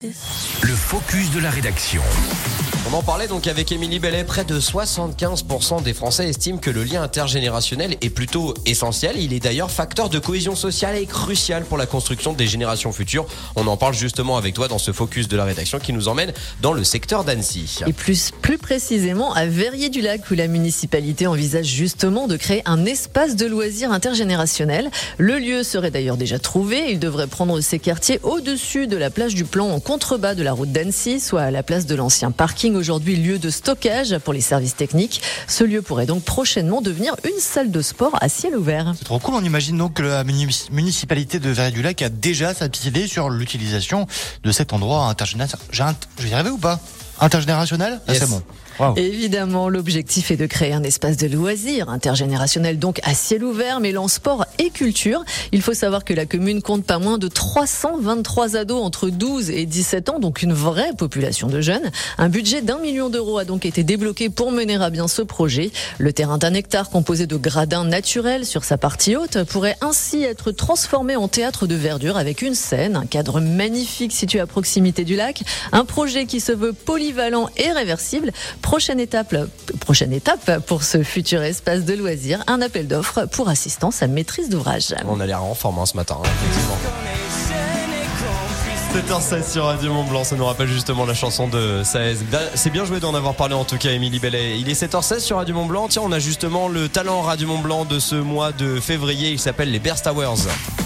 Le focus de la rédaction. On en parlait donc avec Émilie Bellet. Près de 75% des Français estiment que le lien intergénérationnel est plutôt essentiel. Il est d'ailleurs facteur de cohésion sociale et crucial pour la construction des générations futures. On en parle justement avec toi dans ce focus de la rédaction qui nous emmène dans le secteur d'Annecy. Et plus précisément à Verrier-du-Lac où la municipalité envisage justement de créer un espace de loisirs intergénérationnel. Le lieu serait d'ailleurs déjà trouvé. Il devrait prendre ses quartiers au-dessus de la plage du Plan en contrebas de la route d'Annecy, soit à la place de l'ancien parking, aujourd'hui lieu de stockage pour les services techniques. Ce lieu pourrait donc prochainement devenir une salle de sport à ciel ouvert. C'est trop cool, on imagine donc que la municipalité de Verrier-du-Lac a déjà s'appuyer sur l'utilisation de cet endroit intergénérationnel. Je vais y arriver ou pas ? Intergénérationnel ? Yes. C'est bon. Wow. Évidemment, l'objectif est de créer un espace de loisirs intergénérationnel, donc à ciel ouvert, mêlant sport et culture. Il faut savoir que la commune compte pas moins de 323 ados entre 12 et 17 ans, donc une vraie population de jeunes. Un budget d'1 million d'euros a donc été débloqué pour mener à bien ce projet. Le terrain d'1 hectare composé de gradins naturels sur sa partie haute pourrait ainsi être transformé en théâtre de verdure avec une scène, un cadre magnifique situé à proximité du lac. Un projet qui se veut polyvalent et réversible. Prochaine étape pour ce futur espace de loisirs, un appel d'offres pour assistance à maîtrise d'ouvrage. On a l'air en forme ce matin, effectivement. 7h16 sur Radio Mont-Blanc, ça nous rappelle justement la chanson de Saez. C'est bien joué d'en avoir parlé en tout cas, Émilie Bellet. Il est 7h16 sur Radio Mont-Blanc. Tiens, on a justement le talent Radio Mont-Blanc de ce mois de février. Il s'appelle les Bear Towers.